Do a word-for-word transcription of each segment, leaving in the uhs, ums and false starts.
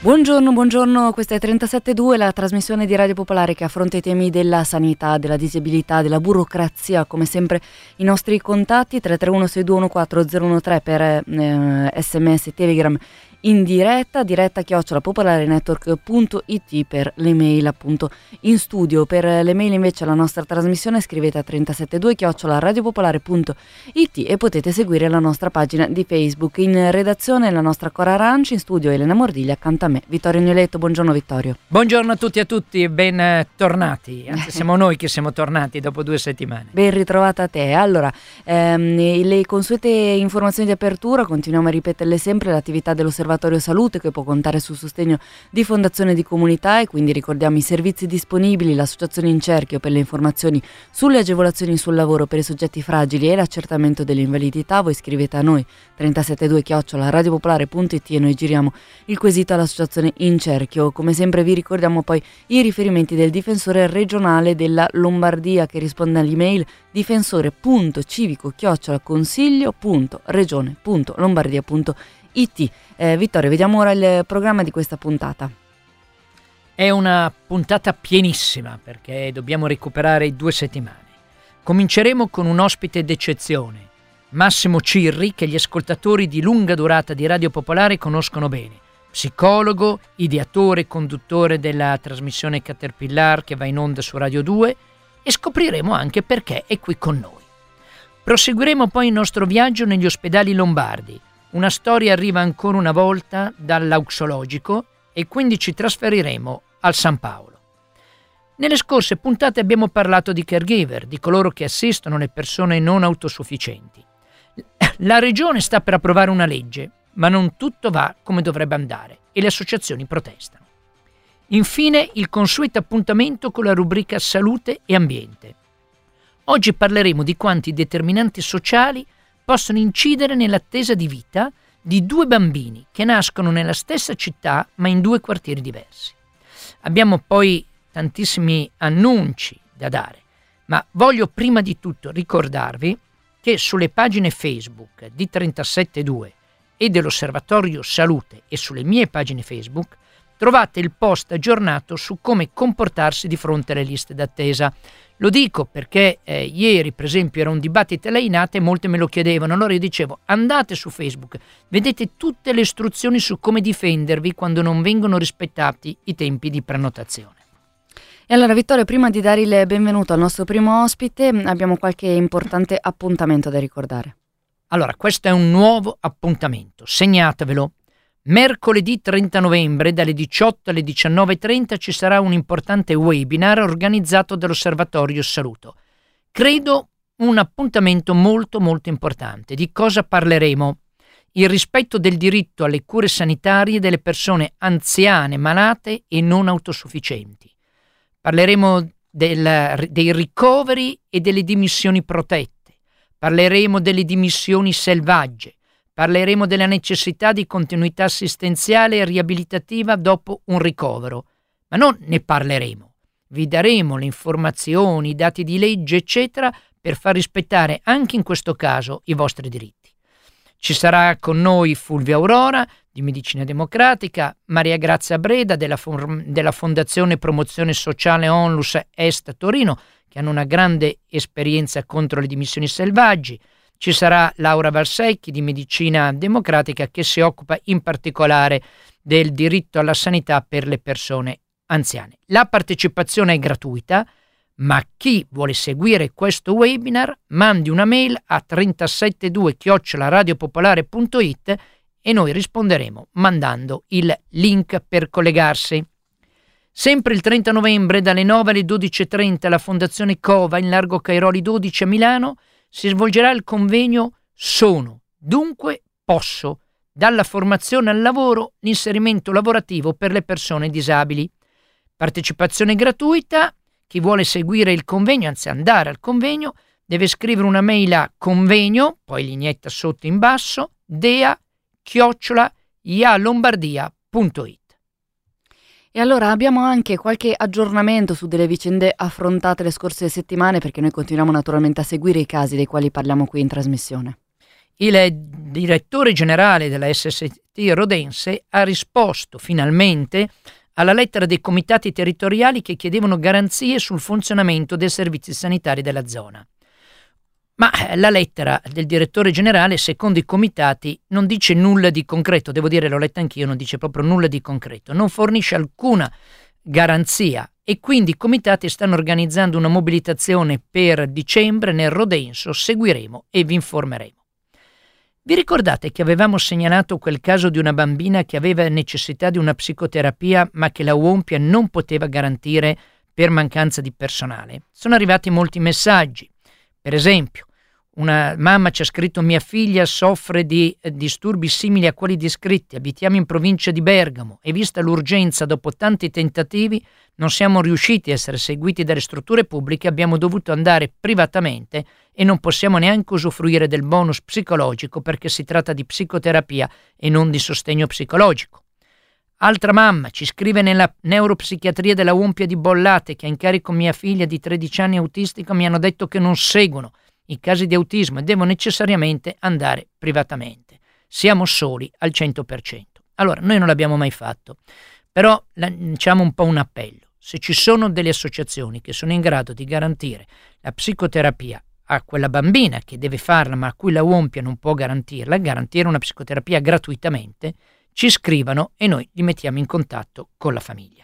Buongiorno, buongiorno, questa è trentasette due, la trasmissione di Radio Popolare che affronta i temi della sanità, della disabilità, della burocrazia, come sempre i nostri contatti tre tre uno sei due uno quattro zero uno tre per eh, sms, telegram in diretta, diretta chiocciola popolarenetwork punto it per le mail appunto in studio. Per le mail invece alla nostra trasmissione scrivete a trentasette due chiocciola radiopopolare punto it e potete seguire la nostra pagina di Facebook. In redazione la nostra Cora Aranci, in studio Elena Mordiglia, accanto a me Vittorio Agnoletto. Buongiorno Vittorio. Buongiorno a tutti e a tutti e ben eh, tornati, anzi siamo noi che siamo tornati dopo due settimane. Ben ritrovata a te. Allora, ehm, le consuete informazioni di apertura, continuiamo a ripeterle sempre, l'attività dell'Osservatorio Salute che può contare sul sostegno di Fondazione di Comunità, e quindi ricordiamo i servizi disponibili, l'associazione In Cerchio per le informazioni sulle agevolazioni sul lavoro per i soggetti fragili e l'accertamento dell'invalidità. Voi scrivete a noi trentasette due chiocciola radiopopolare punto it e noi giriamo il quesito all'associazione In Cerchio. Come sempre vi ricordiamo poi i riferimenti del difensore regionale della Lombardia che risponde all'email difensore punto civico chiocciola consiglio punto regione punto lombardia punto it. Eh, Vittorio, vediamo ora il programma di questa puntata. È una puntata pienissima perché dobbiamo recuperare due settimane. Cominceremo con un ospite d'eccezione, Massimo Cirri, che gli ascoltatori di lunga durata di Radio Popolare conoscono bene. Psicologo, ideatore e conduttore della trasmissione Caterpillar che va in onda su Radio due, e scopriremo anche perché è qui con noi. Proseguiremo poi il nostro viaggio negli ospedali lombardi. Una storia arriva ancora una volta dall'auxologico e quindi ci trasferiremo al San Paolo. Nelle scorse puntate abbiamo parlato di caregiver, di coloro che assistono le persone non autosufficienti. La Regione sta per approvare una legge, ma non tutto va come dovrebbe andare e le associazioni protestano. Infine il consueto appuntamento con la rubrica Salute e Ambiente. Oggi parleremo di quanti determinanti sociali possono incidere nell'attesa di vita di due bambini che nascono nella stessa città ma in due quartieri diversi. Abbiamo poi tantissimi annunci da dare, ma voglio prima di tutto ricordarvi che sulle pagine Facebook di trentasette due e dell'Osservatorio Salute e sulle mie pagine Facebook trovate il post aggiornato su come comportarsi di fronte alle liste d'attesa. Lo dico perché eh, ieri, per esempio, era un dibattito alle Inate e molte me lo chiedevano. Allora io dicevo, andate su Facebook, vedete tutte le istruzioni su come difendervi quando non vengono rispettati i tempi di prenotazione. E allora Vittorio, prima di dare il benvenuto al nostro primo ospite, abbiamo qualche importante appuntamento da ricordare. Allora, questo è un nuovo appuntamento, segnatevelo. Mercoledì trenta novembre dalle diciotto alle diciannove e trenta ci sarà un importante webinar organizzato dall'Osservatorio Salute. Credo un appuntamento molto molto importante. Di cosa parleremo? Il rispetto del diritto alle cure sanitarie delle persone anziane, malate e non autosufficienti. Parleremo del, dei ricoveri e delle dimissioni protette. Parleremo delle dimissioni selvagge. Parleremo della necessità di continuità assistenziale e riabilitativa dopo un ricovero, ma non ne parleremo. Vi daremo le informazioni, i dati di legge, eccetera, per far rispettare anche in questo caso i vostri diritti. Ci sarà con noi Fulvia Aurora di Medicina Democratica, Maria Grazia Breda della, Form- della Fondazione Promozione Sociale Onlus Est Torino, che hanno una grande esperienza contro le dimissioni selvaggi. Ci sarà Laura Valsecchi di Medicina Democratica che si occupa in particolare del diritto alla sanità per le persone anziane. La partecipazione è gratuita, ma chi vuole seguire questo webinar mandi una mail a trentasette due chiocciola radiopopolare punto it e noi risponderemo mandando il link per collegarsi. Sempre il trenta novembre dalle nove alle dodici e trenta alla Fondazione Cova in Largo Cairoli dodici a Milano si svolgerà il convegno Sono, dunque posso, dalla formazione al lavoro, l'inserimento lavorativo per le persone disabili. Partecipazione gratuita, chi vuole seguire il convegno, anzi andare al convegno, deve scrivere una mail a convegno, poi lineetta sotto in basso, dea chiocciola ialombardia punto it. E allora abbiamo anche qualche aggiornamento su delle vicende affrontate le scorse settimane, perché noi continuiamo naturalmente a seguire i casi dei quali parliamo qui in trasmissione. il direttore generale della S S T Rodense ha risposto finalmente alla lettera dei comitati territoriali che chiedevano garanzie sul funzionamento dei servizi sanitari della zona. Ma la lettera del direttore generale, secondo i comitati, non dice nulla di concreto, devo dire, l'ho letta anch'io, non dice proprio nulla di concreto, non fornisce alcuna garanzia e quindi i comitati stanno organizzando una mobilitazione per dicembre nel Rodenso, seguiremo e vi informeremo. Vi ricordate che avevamo segnalato quel caso di una bambina che aveva necessità di una psicoterapia ma che la U O M P I A non poteva garantire per mancanza di personale? Sono arrivati molti messaggi. Per esempio, una mamma ci ha scritto: mia figlia soffre di eh, disturbi simili a quelli descritti, abitiamo in provincia di Bergamo e vista l'urgenza dopo tanti tentativi non siamo riusciti a essere seguiti dalle strutture pubbliche, abbiamo dovuto andare privatamente e non possiamo neanche usufruire del bonus psicologico perché si tratta di psicoterapia e non di sostegno psicologico. Altra mamma ci scrive: nella neuropsichiatria della U O M P I A di Bollate, che ha in carico mia figlia di tredici anni autistica, mi hanno detto che non seguono i casi di autismo e devo necessariamente andare privatamente. Siamo soli al cento per cento. Allora, noi non l'abbiamo mai fatto, però lanciamo un po' un appello. Se ci sono delle associazioni che sono in grado di garantire la psicoterapia a quella bambina che deve farla ma a cui la U O M P I A non può garantirla, garantire una psicoterapia gratuitamente, ci scrivano e noi li mettiamo in contatto con la famiglia.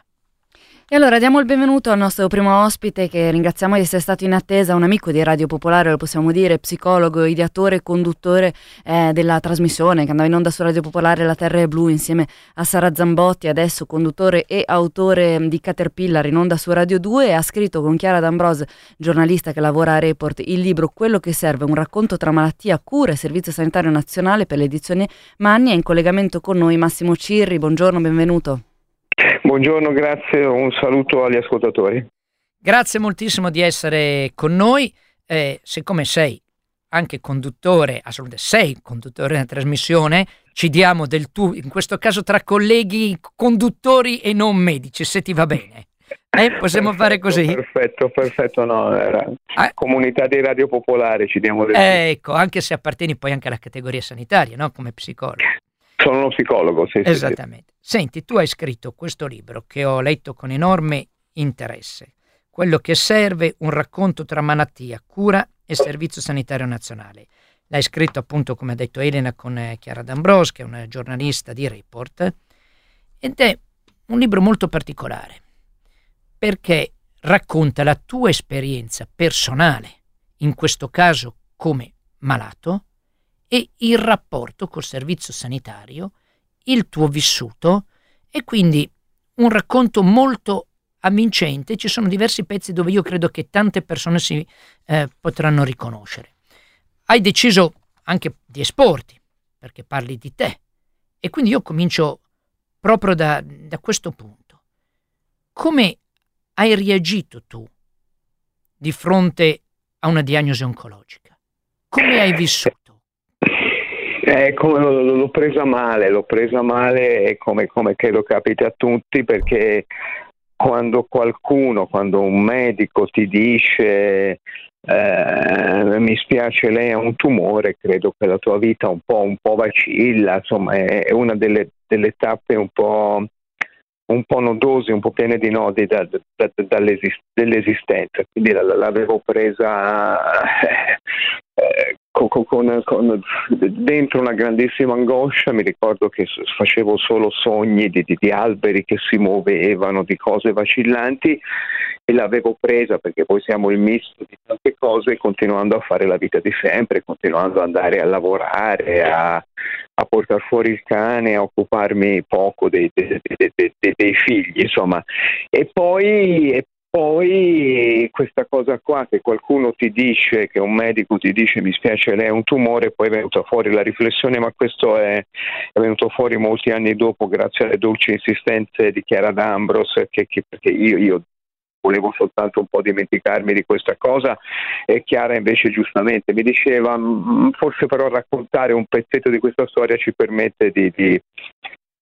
E allora diamo il benvenuto al nostro primo ospite, che ringraziamo di essere stato in attesa, un amico di Radio Popolare, lo possiamo dire, psicologo, ideatore e conduttore eh, della trasmissione che andava in onda su Radio Popolare La Terra è Blu insieme a Sara Zambotti, adesso conduttore e autore di Caterpillar in onda su Radio due, e ha scritto con Chiara D'Ambrose, giornalista che lavora a Report, il libro Quello che serve, un racconto tra malattia, cura e Servizio Sanitario Nazionale per l'edizione Manni. È in collegamento con noi Massimo Cirri, buongiorno, benvenuto. Buongiorno, grazie, un saluto agli ascoltatori. Grazie moltissimo di essere con noi, eh, siccome sei anche conduttore, assolutamente sei conduttore della trasmissione, ci diamo del tu, in questo caso tra colleghi conduttori e non medici, se ti va bene. Eh, possiamo perfetto, fare così? Perfetto, perfetto, no, era ah, comunità di Radio Popolare, ci diamo del eh, Ecco, anche se appartieni poi anche alla categoria sanitaria, no? Come psicologo. Sono uno psicologo, sì. Esattamente. Sì, sì. Senti, tu hai scritto questo libro che ho letto con enorme interesse, Quello che serve, un racconto tra malattia, cura e Servizio Sanitario Nazionale. L'hai scritto appunto, come ha detto Elena, con Chiara D'Ambrose, che è una giornalista di Report, ed è un libro molto particolare, perché racconta la tua esperienza personale, in questo caso come malato, e il rapporto col servizio sanitario, il tuo vissuto, e quindi un racconto molto avvincente. Ci sono diversi pezzi dove io credo che tante persone si eh, potranno riconoscere. Hai deciso anche di esporti, perché parli di te, e quindi io comincio proprio da, da questo punto. Come hai reagito tu di fronte a una diagnosi oncologica? Come hai vissuto? Eh, come l'ho presa male, l'ho presa male come, come credo capita a tutti, perché quando qualcuno, quando un medico ti dice eh, mi spiace, lei ha un tumore, credo che la tua vita un po', un po' vacilla, insomma è, è una delle, delle tappe un po', un po' nodose, un po' piene di nodi da, da, da, dall'esistenza, quindi l'avevo presa eh, con, con, con, dentro una grandissima angoscia. Mi ricordo che facevo solo sogni di, di, di alberi che si muovevano, di cose vacillanti, e l'avevo presa perché poi siamo il misto di tante cose, continuando a fare la vita di sempre, continuando ad andare a lavorare, a, a portare fuori il cane, a occuparmi poco dei, dei, dei, dei, dei figli, insomma. E poi, e poi questa cosa qua, che qualcuno ti dice, che un medico ti dice mi spiace, lei ha un tumore, poi è venuta fuori la riflessione, ma questo è, è venuto fuori molti anni dopo grazie alle dolci insistenze di Chiara D'Ambrose, che, che, perché io, io volevo soltanto un po' dimenticarmi di questa cosa, e Chiara invece giustamente mi diceva forse però raccontare un pezzetto di questa storia ci permette di, di,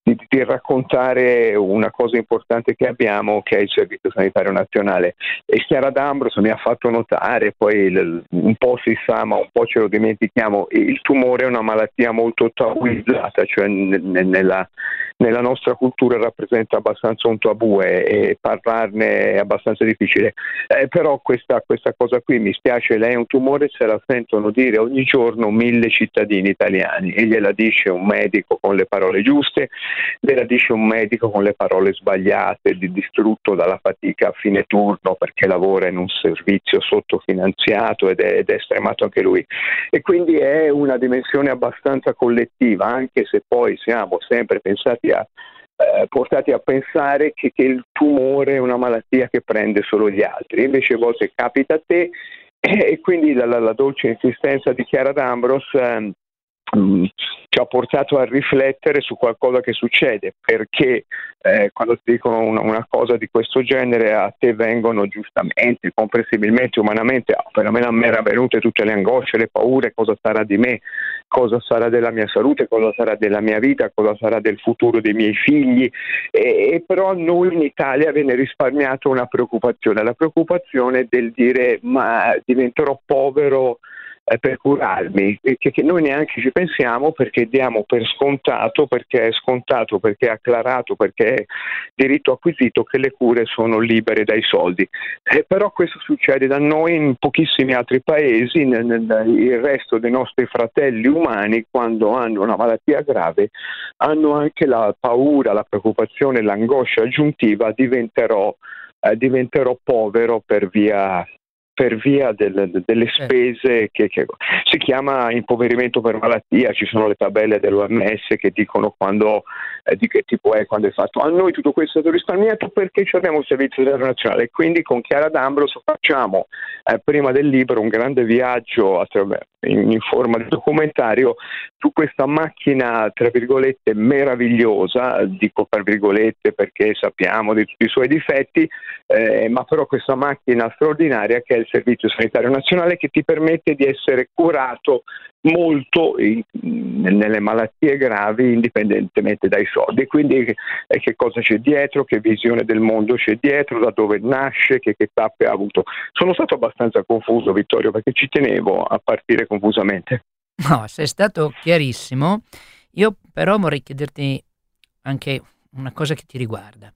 di, di raccontare una cosa importante che abbiamo, che è il Servizio Sanitario Nazionale. E Chiara D'Ambroso mi ha fatto notare, poi il, un po' si sa ma un po' ce lo dimentichiamo, il tumore è una malattia molto tabuizzata, cioè n- n- nella, nella nostra cultura rappresenta abbastanza un tabù e, e parlarne è abbastanza difficile, eh, però questa, questa cosa qui mi spiace, lei è un tumore, se la sentono dire ogni giorno mille cittadini italiani e gliela dice un medico con le parole giuste, gliela dice un medico con le parole sbagliate, di distrutto dalla fatica a fine turno perché lavora in un servizio sottofinanziato ed è, ed è stremato anche lui, e quindi è una dimensione abbastanza collettiva, anche se poi siamo sempre pensati a Eh, portati a pensare che, che il tumore è una malattia che prende solo gli altri, invece a volte capita a te, eh, e quindi la, la, la dolce insistenza di Chiara D'Ambros eh, mh, ci ha portato a riflettere su qualcosa che succede, perché eh, quando ti dicono una, una cosa di questo genere a te vengono giustamente, comprensibilmente, umanamente, perlomeno a me erano venute tutte le angosce, le paure, cosa sarà di me, cosa sarà della mia salute, cosa sarà della mia vita, cosa sarà del futuro dei miei figli, e, e però a noi in Italia viene risparmiata una preoccupazione, la preoccupazione del dire ma diventerò povero eh, per curarmi, che, che noi neanche ci pensiamo perché diamo per scontato, perché è scontato, perché è acclarato, perché è diritto acquisito che le cure sono libere dai soldi. Eh, però questo succede da noi in pochissimi altri paesi, nel, nel, il resto dei nostri fratelli umani quando hanno una malattia grave hanno anche la paura, la preoccupazione, l'angoscia aggiuntiva, diventerò, eh, diventerò povero per via per via del, delle spese che, che si chiama impoverimento per malattia. Ci sono le tabelle dell'O M S che dicono quando, eh, di che tipo è, quando è fatto. A noi tutto questo è stato risparmiato perché abbiamo un servizio sanitario nazionale, e quindi con Chiara D'Ambroso facciamo eh, prima del libro un grande viaggio in, in forma di documentario su questa macchina tra virgolette meravigliosa, dico tra virgolette perché sappiamo di tutti i suoi difetti, eh, ma però questa macchina straordinaria che è il Servizio Sanitario Nazionale, che ti permette di essere curato molto in, nelle malattie gravi indipendentemente dai soldi. Quindi eh, che cosa c'è dietro, che visione del mondo c'è dietro, da dove nasce, che, che tappe ha avuto. Sono stato abbastanza confuso, Vittorio, perché ci tenevo a partire confusamente. No, sei stato chiarissimo. Io però vorrei chiederti anche una cosa che ti riguarda.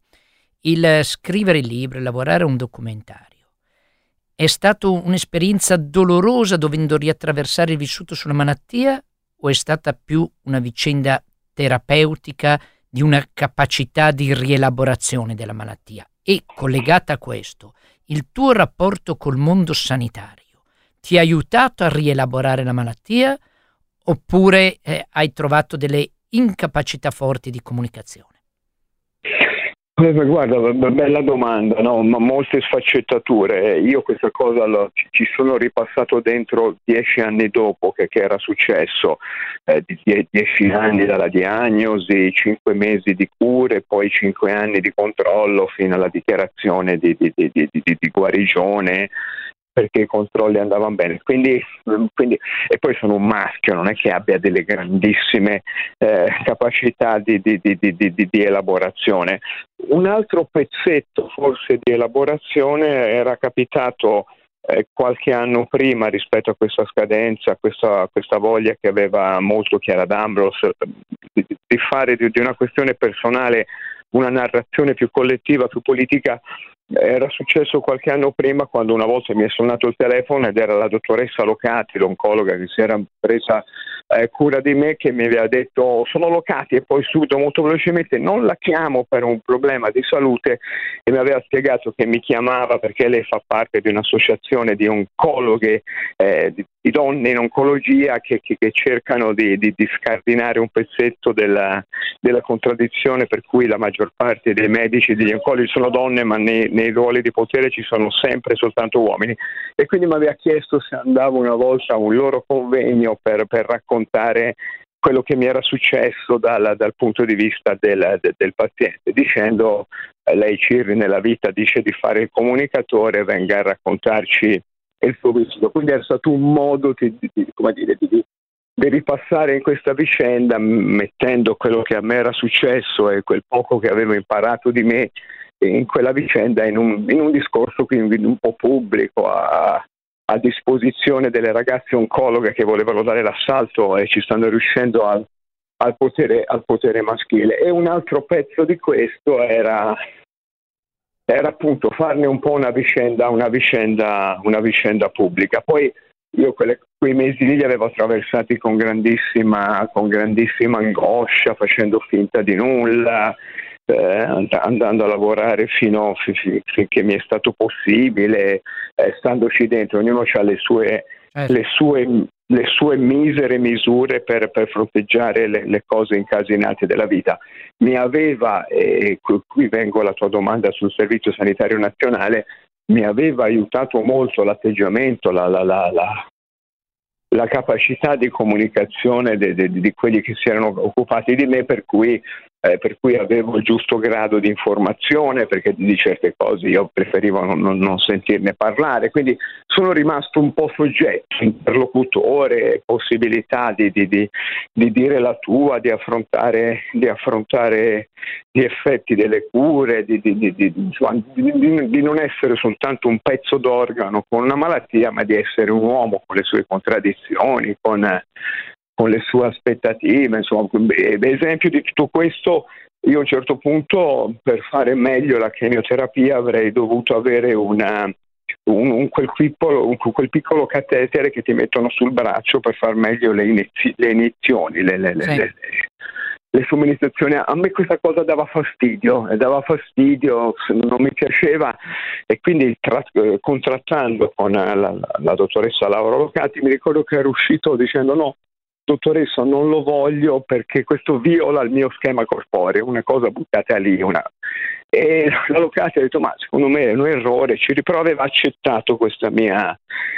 Il scrivere il libro, lavorare a un documentario, è stata un'esperienza dolorosa dovendo riattraversare il vissuto sulla malattia, o è stata più una vicenda terapeutica di una capacità di rielaborazione della malattia? E collegata a questo, il tuo rapporto col mondo sanitario ti ha aiutato a rielaborare la malattia, oppure eh, hai trovato delle incapacità forti di comunicazione? Guarda, bella domanda, no? Ma molte sfaccettature. Io questa cosa lo, ci sono ripassato dentro dieci anni dopo che, che era successo, eh, die, dieci anni dalla diagnosi, cinque mesi di cure, poi cinque anni di controllo fino alla dichiarazione di, di, di, di, di, di guarigione, perché i controlli andavano bene, quindi, quindi e poi sono un maschio, non è che abbia delle grandissime eh, capacità di, di, di, di, di, di elaborazione. Un altro pezzetto forse di elaborazione era capitato eh, qualche anno prima rispetto a questa scadenza, questa, questa voglia che aveva molto Chiara D'Ambros di, di fare di, di una questione personale una narrazione più collettiva, più politica. Era successo qualche anno prima, quando una volta mi è suonato il telefono ed era la dottoressa Locati, l'oncologa che si era presa eh, cura di me, che mi aveva detto oh, sono Locati, e poi subito molto velocemente non la chiamo per un problema di salute, e mi aveva spiegato che mi chiamava perché lei fa parte di un'associazione di oncologhe, eh, di, di donne in oncologia che, che, che cercano di, di, di scardinare un pezzetto della, della contraddizione per cui la maggior parte dei medici e degli oncologi sono donne, ma nei, nei ruoli di potere ci sono sempre soltanto uomini, e quindi mi aveva chiesto se andavo una volta a un loro convegno per, per raccontare quello che mi era successo dal, dal punto di vista del, del, del paziente, dicendo eh, lei Cirri nella vita dice di fare il comunicatore, venga a raccontarci il suo vissuto. Quindi è stato un modo di, di, di, come dire, di, di ripassare in questa vicenda mettendo quello che a me era successo e quel poco che avevo imparato di me in quella vicenda in un, in un discorso quindi un po' pubblico a, a disposizione delle ragazze oncologhe che volevano dare l'assalto e ci stanno riuscendo al, al, potere, al potere maschile. E un altro pezzo di questo era, era appunto farne un po' una vicenda, una vicenda, una vicenda pubblica. Poi io quelle, quei mesi lì li avevo attraversati con grandissima, con grandissima angoscia, facendo finta di nulla, eh, andando a lavorare fino fin, finché mi è stato possibile, eh, standoci dentro. Ognuno ha le sue, eh. le sue, le sue misere misure per, per fronteggiare le, le cose incasinate della vita. Mi aveva, e qui vengo alla tua domanda sul Servizio Sanitario Nazionale, mi aveva aiutato molto l'atteggiamento, la, la, la, la, la capacità di comunicazione de, de, di quelli che si erano occupati di me, per cui, eh, per cui avevo il giusto grado di informazione, perché di certe cose io preferivo non, non, non sentirne parlare, quindi sono rimasto un po' soggetto, interlocutore, possibilità di, di, di, di dire la tua, di affrontare, di affrontare gli effetti delle cure, di, di, di, di, di, di non essere soltanto un pezzo d'organo con una malattia, ma di essere un uomo con le sue contraddizioni, con, con le sue aspettative. Insomma, esempio di tutto questo, io a un certo punto, per fare meglio la chemioterapia, avrei dovuto avere una, un, un, quel, piccolo, un, quel piccolo catetere che ti mettono sul braccio per far meglio le, inizi, le iniezioni, le, le, sì. le, le, le somministrazioni. A me questa cosa dava fastidio, e dava fastidio, non mi piaceva, e quindi tra, eh, contrattando con la, la, la dottoressa Laura Locati, mi ricordo che ero uscito dicendo: no, dottoressa, non lo voglio perché questo viola il mio schema corporeo, una cosa buttata lì. Una... E la Locati ha detto: ma secondo me è un errore, ci però aveva accettato questa mia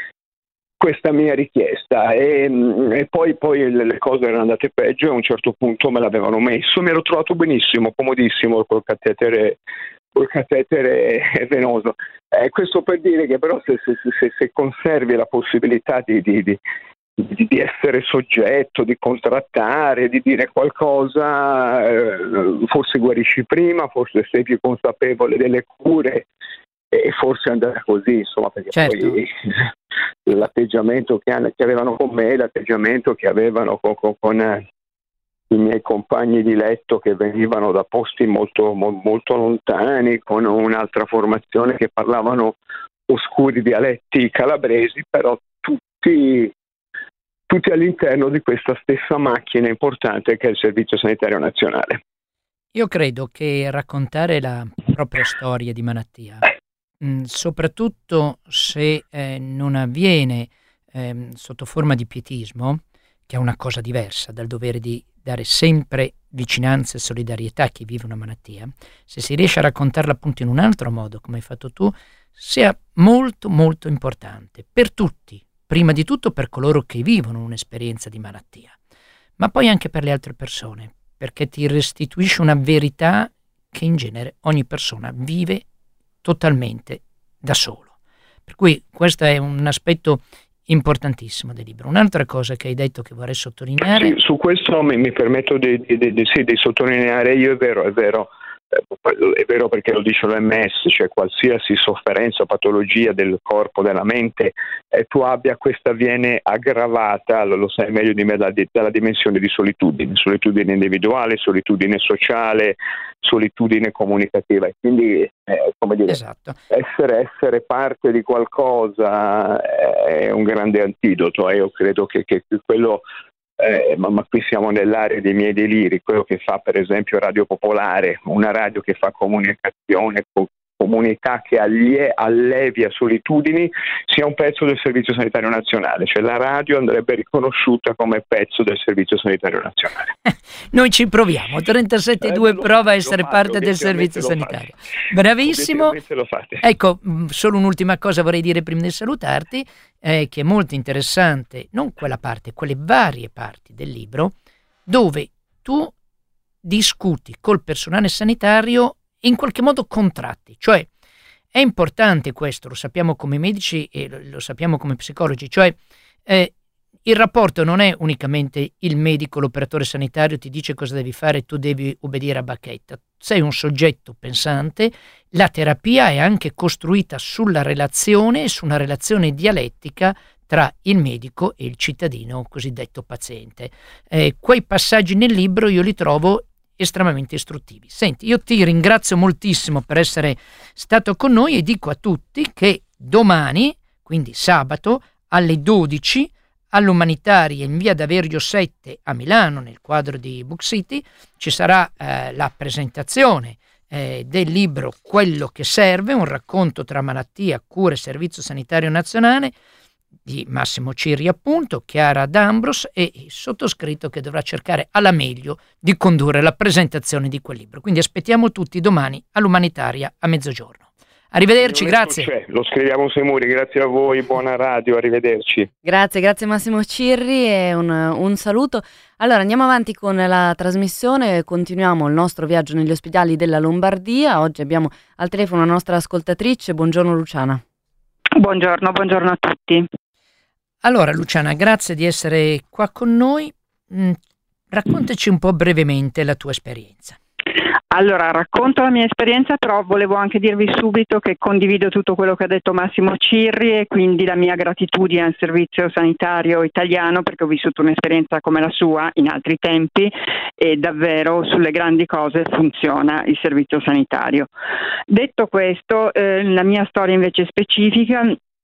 questa mia richiesta, e, e poi, poi le cose erano andate peggio, e a un certo punto me l'avevano messo, mi ero trovato benissimo, comodissimo col catetere, col catetere venoso. Eh, questo per dire che però se, se, se, se conservi la possibilità di, di, di, di essere soggetto, di contrattare, di dire qualcosa, eh, forse guarisci prima, forse sei più consapevole delle cure, e forse è andata così, insomma, perché certo. Poi l'atteggiamento che, hanno, che avevano con me, l'atteggiamento che avevano con, con, con eh, i miei compagni di letto che venivano da posti molto, mo, molto lontani, con un'altra formazione, che parlavano oscuri dialetti calabresi, però tutti, tutti all'interno di questa stessa macchina importante che è il Servizio Sanitario Nazionale. Io credo che raccontare la propria storia di malattia, mh, soprattutto se eh, non avviene eh, sotto forma di pietismo, che è una cosa diversa dal dovere di dare sempre vicinanza e solidarietà a chi vive una malattia, se si riesce a raccontarla appunto in un altro modo, come hai fatto tu, sia molto molto importante per tutti, prima di tutto per coloro che vivono un'esperienza di malattia, ma poi anche per le altre persone, perché ti restituisce una verità che in genere ogni persona vive totalmente da solo. Per cui questo è un aspetto importantissimo del libro. Un'altra cosa che hai detto che vorrei sottolineare... Sì, su questo mi, mi permetto di, di, di, sì, di sottolineare io, è vero, è vero, è vero perché lo dice l'O M S, cioè qualsiasi sofferenza o patologia del corpo, della mente, eh, tu abbia, questa viene aggravata, lo, lo sai meglio di me, dalla, dalla dimensione di solitudine, solitudine individuale, solitudine sociale, solitudine comunicativa, e quindi eh, come dire, esatto. essere, essere parte di qualcosa è un grande antidoto, e eh, io credo che, che quello Eh, ma, ma qui siamo nell'area dei miei deliri, quello che fa per esempio Radio Popolare, una radio che fa comunicazione, co- comunità che allie- allevia solitudini, sia un pezzo del Servizio Sanitario Nazionale, cioè la radio andrebbe riconosciuta come pezzo del Servizio Sanitario Nazionale. Noi ci proviamo, trentasette due eh, prova a essere fate, parte del Servizio Sanitario. Bravissimo. Ecco, solo un'ultima cosa vorrei dire prima di salutarti, eh, che è molto interessante, non quella parte, quelle varie parti del libro, dove tu discuti col personale sanitario e in qualche modo contratti, cioè è importante questo, lo sappiamo come medici e lo, lo sappiamo come psicologi, cioè eh, il rapporto non è unicamente il medico, l'operatore sanitario ti dice cosa devi fare e tu devi obbedire a bacchetta. Sei un soggetto pensante, la terapia è anche costruita sulla relazione e su una relazione dialettica tra il medico e il cittadino cosiddetto paziente. Eh, quei passaggi nel libro io li trovo estremamente istruttivi. Senti, io ti ringrazio moltissimo per essere stato con noi e dico a tutti che domani, quindi sabato, alle dodici, all'Umanitaria in via D'Averio sette a Milano, nel quadro di Book City, ci sarà eh, la presentazione eh, del libro Quello che serve, un racconto tra malattia, cura e servizio sanitario nazionale, di Massimo Cirri appunto, Chiara D'Ambros e il sottoscritto che dovrà cercare alla meglio di condurre la presentazione di quel libro. Quindi aspettiamo tutti domani all'Umanitaria a mezzogiorno. Arrivederci, grazie. C'è. Lo scriviamo sui muri, grazie a voi, buona radio, arrivederci. Grazie, grazie Massimo Cirri e un, un saluto. Allora andiamo avanti con la trasmissione, continuiamo il nostro viaggio negli ospedali della Lombardia. Oggi abbiamo al telefono la nostra ascoltatrice, buongiorno Luciana. Buongiorno, buongiorno a tutti. Allora Luciana, grazie di essere qua con noi. Mm, raccontaci un po' brevemente la tua esperienza. Allora, racconto la mia esperienza, però volevo anche dirvi subito che condivido tutto quello che ha detto Massimo Cirri e quindi la mia gratitudine al servizio sanitario italiano, perché ho vissuto un'esperienza come la sua in altri tempi e davvero sulle grandi cose funziona il servizio sanitario. Detto questo, eh, la mia storia invece specifica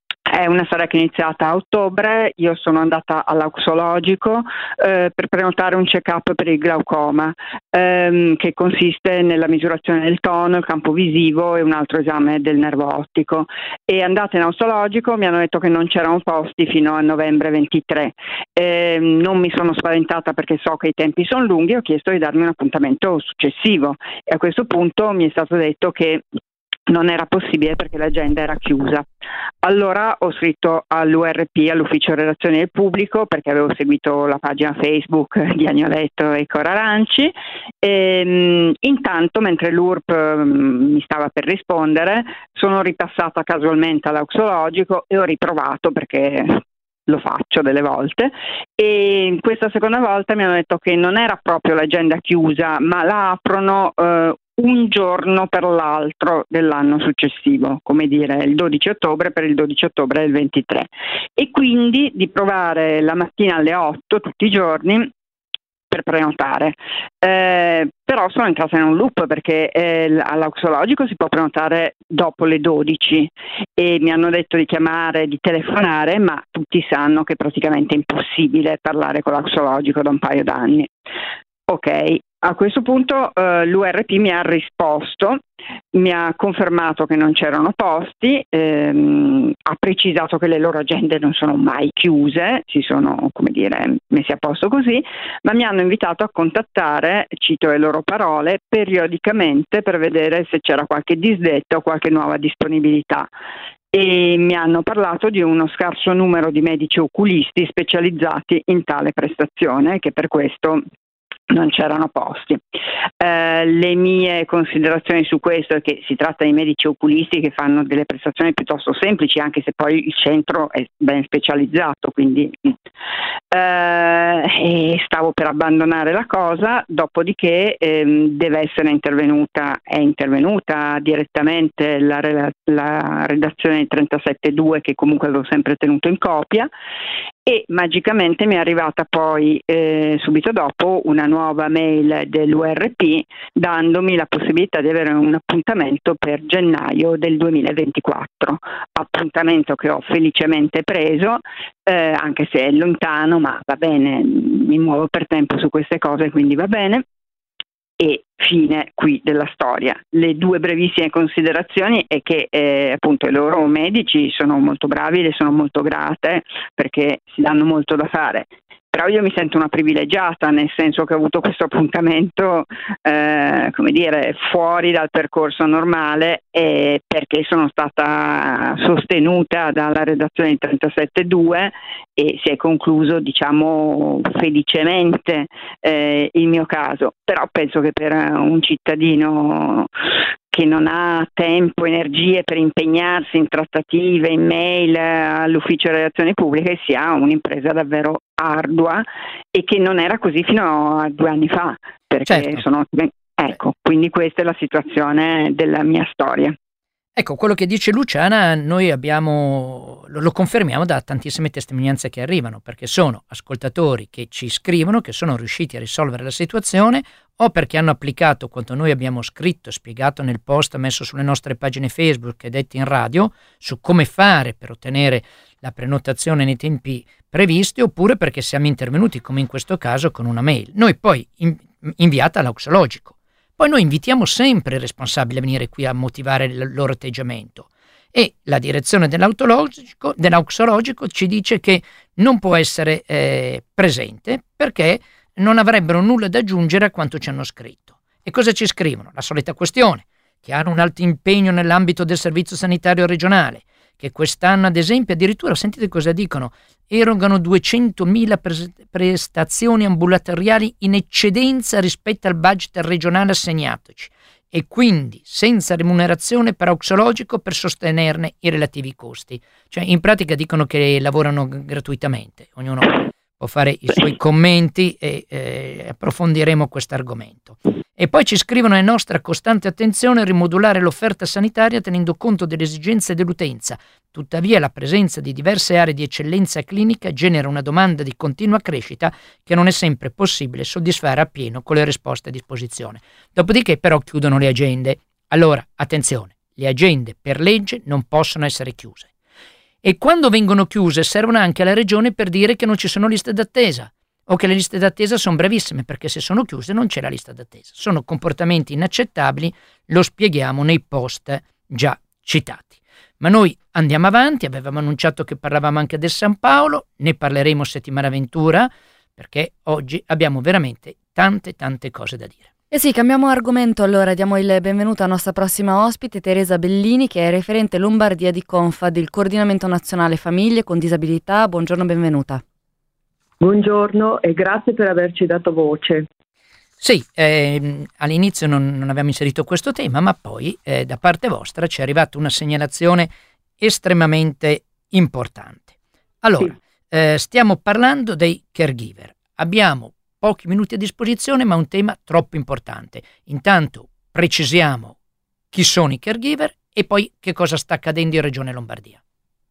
è una storia che è iniziata a ottobre. Io sono andata all'auxologico eh, per prenotare un check-up per il glaucoma, ehm, che consiste nella misurazione del tono, il campo visivo e un altro esame del nervo ottico. E andata in auxologico mi hanno detto che non c'erano posti fino a novembre ventitré. Eh, non mi sono spaventata perché so che i tempi sono lunghi, ho chiesto di darmi un appuntamento successivo e a questo punto mi è stato detto che non era possibile perché l'agenda era chiusa. Allora ho scritto all'U R P, all'Ufficio Relazioni del Pubblico, perché avevo seguito la pagina Facebook di Agnoletto e Cora Aranci e mh, intanto mentre l'U R P mh, mi stava per rispondere sono ripassata casualmente all'auxologico e ho riprovato perché lo faccio delle volte e questa seconda volta mi hanno detto che non era proprio l'agenda chiusa ma la aprono eh, un giorno per l'altro dell'anno successivo, come dire il dodici ottobre per il dodici ottobre del ventitré, e quindi di provare la mattina alle otto tutti i giorni per prenotare. Eh, però sono entrata in un loop perché eh, all'auxologico si può prenotare dopo le dodici e mi hanno detto di chiamare, di telefonare, ma tutti sanno che è praticamente impossibile parlare con l'auxologico da un paio d'anni. Ok, a questo punto eh, l'U R P mi ha risposto, mi ha confermato che non c'erano posti, ehm, ha precisato che le loro agende non sono mai chiuse, si sono, come dire, messi a posto così, ma mi hanno invitato a contattare, cito le loro parole, periodicamente per vedere se c'era qualche disdetta o qualche nuova disponibilità. E mi hanno parlato di uno scarso numero di medici oculisti specializzati in tale prestazione, che per questo non c'erano posti. Eh, le mie considerazioni su questo è che si tratta di medici oculisti che fanno delle prestazioni piuttosto semplici, anche se poi il centro è ben specializzato, quindi eh, e stavo per abbandonare la cosa, dopodiché ehm, deve essere intervenuta, è intervenuta direttamente la, la redazione di trentasette due, che comunque avevo sempre tenuto in copia, e magicamente mi è arrivata poi eh, subito dopo una nuova mail dell'U R P dandomi la possibilità di avere un appuntamento per gennaio del duemilaventiquattro, appuntamento che ho felicemente preso, eh, anche se è lontano, ma va bene, mi muovo per tempo su queste cose, quindi va bene. E fine qui della storia. Le due brevissime considerazioni è che eh, appunto i loro medici sono molto bravi, le sono molto grate perché si danno molto da fare. Però io mi sento una privilegiata, nel senso che ho avuto questo appuntamento, eh, come dire, fuori dal percorso normale, eh, perché sono stata sostenuta dalla redazione di trentasette due e si è concluso, diciamo, felicemente eh, il mio caso. Però penso che per un cittadino che non ha tempo, energie per impegnarsi in trattative, in mail all'ufficio relazioni pubbliche, sia un'impresa davvero ardua e che non era così fino a due anni fa, perché certo. sono ecco, quindi questa è la situazione della mia storia. Ecco, quello che dice Luciana noi abbiamo, lo, lo confermiamo da tantissime testimonianze che arrivano, perché sono ascoltatori che ci scrivono che sono riusciti a risolvere la situazione o perché hanno applicato quanto noi abbiamo scritto e spiegato nel post messo sulle nostre pagine Facebook e detti in radio su come fare per ottenere la prenotazione nei tempi previsti, oppure perché siamo intervenuti, come in questo caso, con una mail. Noi poi in, inviata all'auxologico. Poi noi invitiamo sempre il responsabile a venire qui a motivare il loro atteggiamento e la direzione dell'auxologico, dell'auxologico ci dice che non può essere eh, presente perché non avrebbero nulla da aggiungere a quanto ci hanno scritto. E cosa ci scrivono? La solita questione, che hanno un alto impegno nell'ambito del servizio sanitario regionale, che quest'anno ad esempio addirittura, sentite cosa dicono, erogano duecentomila prestazioni ambulatoriali in eccedenza rispetto al budget regionale assegnatoci e quindi senza remunerazione per auxologico per sostenerne i relativi costi. Cioè in pratica dicono che lavorano gratuitamente, ognuno può fare i suoi commenti e eh, approfondiremo questo argomento. E poi ci scrivono: è nostra costante attenzione a rimodulare l'offerta sanitaria tenendo conto delle esigenze dell'utenza. Tuttavia la presenza di diverse aree di eccellenza clinica genera una domanda di continua crescita che non è sempre possibile soddisfare appieno con le risposte a disposizione. Dopodiché però chiudono le agende. Allora, attenzione, le agende per legge non possono essere chiuse. E quando vengono chiuse servono anche alla Regione per dire che non ci sono liste d'attesa o che le liste d'attesa sono brevissime, perché se sono chiuse non c'è la lista d'attesa. Sono comportamenti inaccettabili, lo spieghiamo nei post già citati. Ma noi andiamo avanti, avevamo annunciato che parlavamo anche del San Paolo, ne parleremo settimana ventura, perché oggi abbiamo veramente tante tante cose da dire. Eh sì, cambiamo argomento allora, diamo il benvenuto alla nostra prossima ospite, Teresa Bellini, che è referente Lombardia di Confad, il Coordinamento Nazionale Famiglie con Disabilità. Buongiorno, benvenuta. Buongiorno e grazie per averci dato voce. Sì, eh, all'inizio non, non abbiamo inserito questo tema, ma poi eh, da parte vostra ci è arrivata una segnalazione estremamente importante. Allora, sì. eh, stiamo parlando dei caregiver. Abbiamo pochi minuti a disposizione, ma un tema troppo importante. Intanto precisiamo chi sono i caregiver e poi che cosa sta accadendo in Regione Lombardia.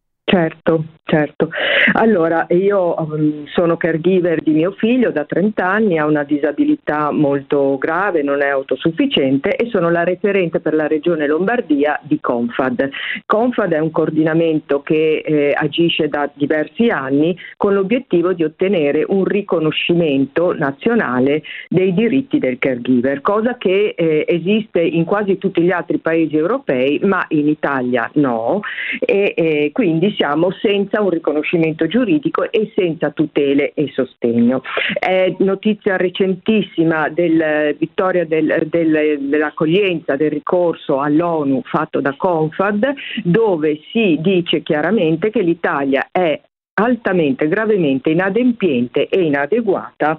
Certo, certo. Allora, io um, sono caregiver di mio figlio da trenta anni, ha una disabilità molto grave, non è autosufficiente e sono la referente per la Regione Lombardia di Confad. Confad è un coordinamento che eh, agisce da diversi anni con l'obiettivo di ottenere un riconoscimento nazionale dei diritti del caregiver, cosa che eh, esiste in quasi tutti gli altri paesi europei, ma in Italia no, e eh, quindi siamo senza un riconoscimento giuridico e senza tutele e sostegno. È notizia recentissima del vittoria del, del, dell'accoglienza del ricorso all'ONU fatto da Confad, dove si dice chiaramente che l'Italia è altamente, gravemente inadempiente e inadeguata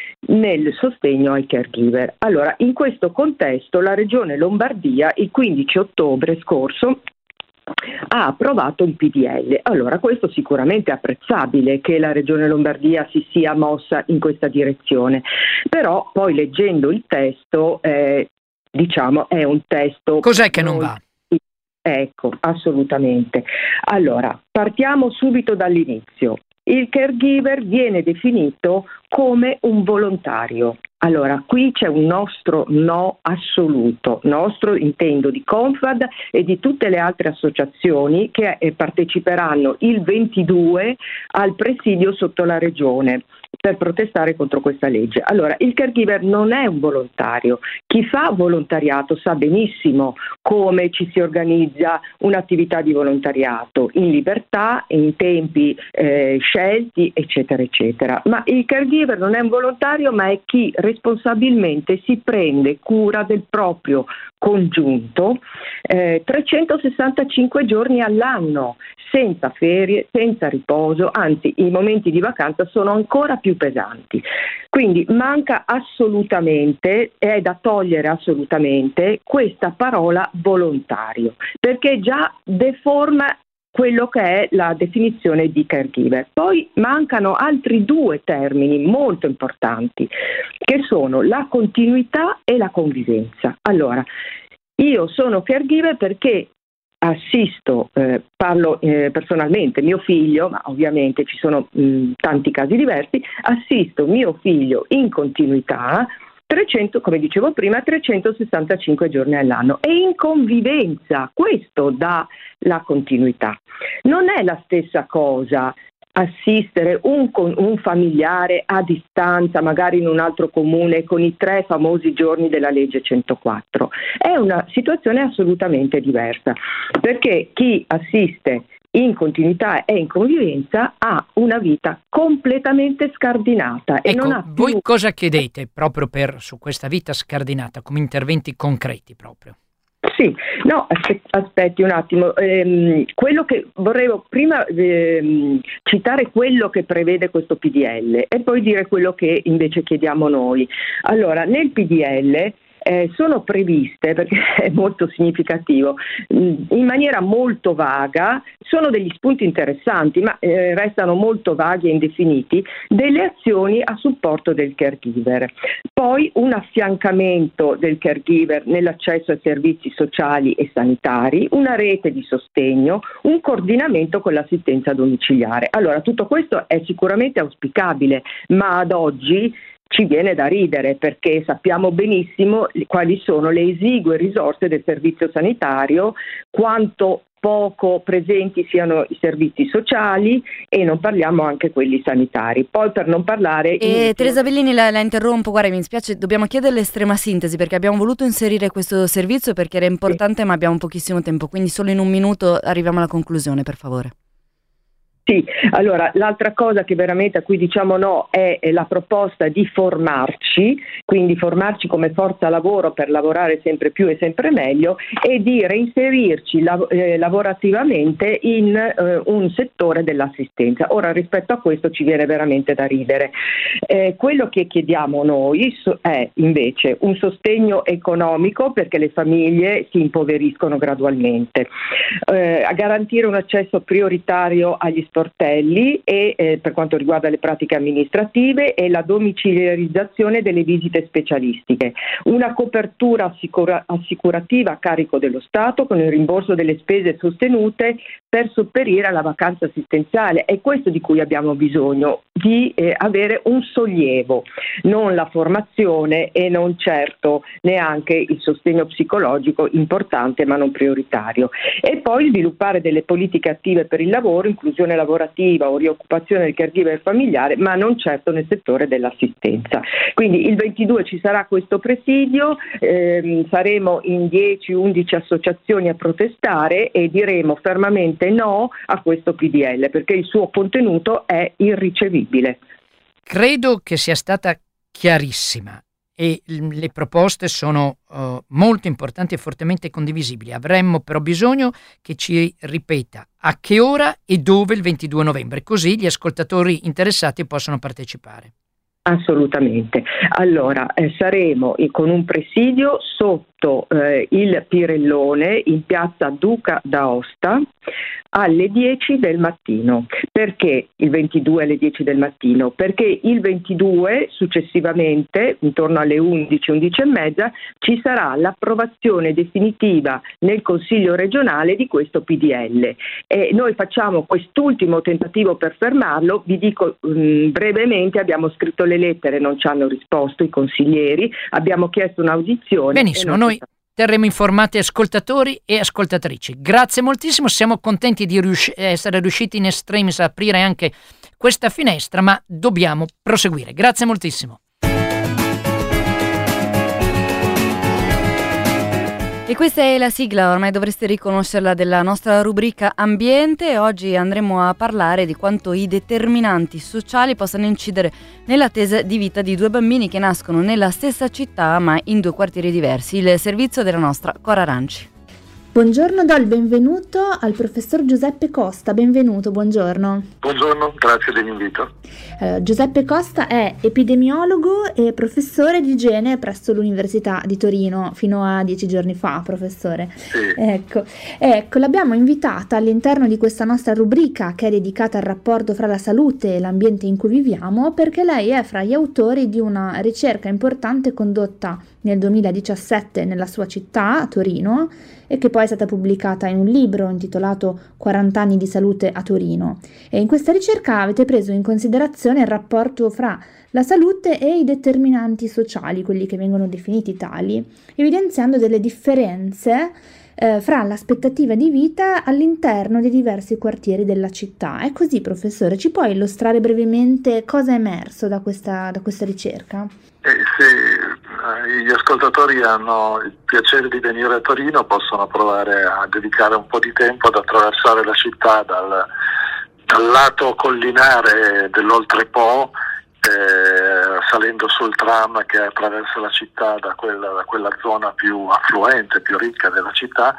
nel sostegno ai caregiver. Allora, in questo contesto la Regione Lombardia il quindici ottobre scorso ha approvato un P D L. Allora, questo sicuramente è apprezzabile che la Regione Lombardia si sia mossa in questa direzione, però poi leggendo il testo, eh, diciamo, è un testo... Cos'è che non va? Ecco, assolutamente. Allora, partiamo subito dall'inizio. Il caregiver viene definito come un volontario. Allora, qui c'è un nostro no assoluto, nostro intendo di Confad e di tutte le altre associazioni che eh, parteciperanno il ventidue al presidio sotto la Regione per protestare contro questa legge. Allora, il caregiver non è un volontario. Chi fa volontariato sa benissimo come ci si organizza un'attività di volontariato, in libertà, in tempi eh, scelti, eccetera, eccetera. Ma il caregiver non è un volontario, ma è chi responsabilmente si prende cura del proprio congiunto eh, trecentosessantacinque giorni all'anno, senza ferie, senza riposo, anzi i momenti di vacanza sono ancora più pesanti. Quindi manca assolutamente, è da togliere assolutamente questa parola volontario, perché già deforma quello che è la definizione di caregiver. Poi mancano altri due termini molto importanti, che sono la continuità e la convivenza. Allora, io sono caregiver perché assisto, eh, parlo eh, personalmente, mio figlio, ma ovviamente ci sono mh, tanti casi diversi, assisto mio figlio in continuità trecento, come dicevo prima, trecentosessantacinque giorni all'anno e in convivenza. Questo dà la continuità. Non è la stessa cosa assistere un, un familiare a distanza, magari in un altro comune, con i tre famosi giorni della legge centoquattro. È una situazione assolutamente diversa, perché chi assiste in continuità e in convivenza ha una vita completamente scardinata. Ecco, e non ha più... voi cosa chiedete proprio per su questa vita scardinata, come interventi concreti proprio? Sì, no, aspetti un attimo, ehm, quello che vorrevo prima ehm, citare quello che prevede questo P D L e poi dire quello che invece chiediamo noi. Allora, nel P D L Eh, sono previste, perché è molto significativo, in maniera molto vaga, sono degli spunti interessanti, ma eh, restano molto vaghi e indefiniti, delle azioni a supporto del caregiver. Poi un affiancamento del caregiver nell'accesso ai servizi sociali e sanitari, una rete di sostegno, un coordinamento con l'assistenza domiciliare. Allora, tutto questo è sicuramente auspicabile, ma ad oggi ci viene da ridere, perché sappiamo benissimo quali sono le esigue risorse del servizio sanitario, quanto poco presenti siano i servizi sociali e non parliamo anche quelli sanitari. Poi per non parlare... E in... Teresa Bellini la, la interrompo, guarda, mi spiace, dobbiamo chiedere l'estrema sintesi perché abbiamo voluto inserire questo servizio perché era importante, sì, ma abbiamo pochissimo tempo, quindi solo in un minuto arriviamo alla conclusione, per favore. Sì, allora l'altra cosa che veramente a cui diciamo no è la proposta di formarci, quindi formarci come forza lavoro per lavorare sempre più e sempre meglio e di reinserirci lav- eh, lavorativamente in eh, un settore dell'assistenza. Ora rispetto a questo ci viene veramente da ridere. Eh, quello che chiediamo noi so- è invece un sostegno economico perché le famiglie si impoveriscono gradualmente, eh, a garantire un accesso prioritario agli sportelli e eh, per quanto riguarda le pratiche amministrative e la domiciliarizzazione delle visite specialistiche, una copertura assicura- assicurativa a carico dello Stato con il rimborso delle spese sostenute per sopperire alla vacanza assistenziale. È questo di cui abbiamo bisogno, di eh, avere un sollievo, non la formazione e non certo neanche il sostegno psicologico importante ma non prioritario. E poi sviluppare delle politiche attive per il lavoro, inclusione lavorativa o rioccupazione del caregiver familiare, ma non certo nel settore dell'assistenza. Quindi il ventidue ci sarà questo presidio, ehm, saremo in dieci undici associazioni a protestare e diremo fermamente no a questo P D L perché il suo contenuto è irricevibile. Credo che sia stata chiarissima e le proposte sono uh, molto importanti e fortemente condivisibili. Avremmo però bisogno che ci ripeta a che ora e dove il ventidue novembre, così gli ascoltatori interessati possono partecipare. Assolutamente. Allora, eh, saremo con un presidio sotto eh, il Pirellone in piazza Duca d'Aosta alle dieci del mattino. Perché il ventidue alle dieci del mattino? Perché il ventidue successivamente, intorno alle undici, undici e mezza, ci sarà l'approvazione definitiva nel Consiglio regionale di questo P D L. E noi facciamo quest'ultimo tentativo per fermarlo. Vi dico mh, brevemente, abbiamo scritto le lettere, non ci hanno risposto i consiglieri, abbiamo chiesto un'audizione. Benissimo, noi terremo informati ascoltatori e ascoltatrici. Grazie moltissimo, siamo contenti di riusci- essere riusciti in extremis a aprire anche questa finestra, ma dobbiamo proseguire. Grazie moltissimo. E questa è la sigla, ormai dovreste riconoscerla, della nostra rubrica Ambiente. Oggi andremo a parlare di quanto i determinanti sociali possano incidere nell'attesa di vita di due bambini che nascono nella stessa città ma in due quartieri diversi. Il servizio della nostra Cora Ranci. Buongiorno, do il benvenuto al professor Giuseppe Costa. Benvenuto, buongiorno. Buongiorno, grazie dell'invito. Uh, Giuseppe Costa è epidemiologo e professore di igiene presso l'Università di Torino, fino a dieci giorni fa, professore. Sì. Ecco, ecco, l'abbiamo invitata all'interno di questa nostra rubrica che è dedicata al rapporto fra la salute e l'ambiente in cui viviamo, perché lei è fra gli autori di una ricerca importante condotta nel duemiladiciassette nella sua città, a Torino, e che poi è stata pubblicata in un libro intitolato quaranta anni di salute a Torino. E in questa ricerca avete preso in considerazione il rapporto fra la salute e i determinanti sociali, quelli che vengono definiti tali, evidenziando delle differenze eh, fra l'aspettativa di vita all'interno dei diversi quartieri della città. È così, professore? Ci puoi illustrare brevemente cosa è emerso da questa, da questa ricerca? Eh, se gli ascoltatori hanno il piacere di venire a Torino, possono provare a dedicare un po' di tempo ad attraversare la città dal, dal lato collinare dell'Oltrepo, eh, salendo sul tram che attraversa la città da quella, da quella zona più affluente, più ricca della città,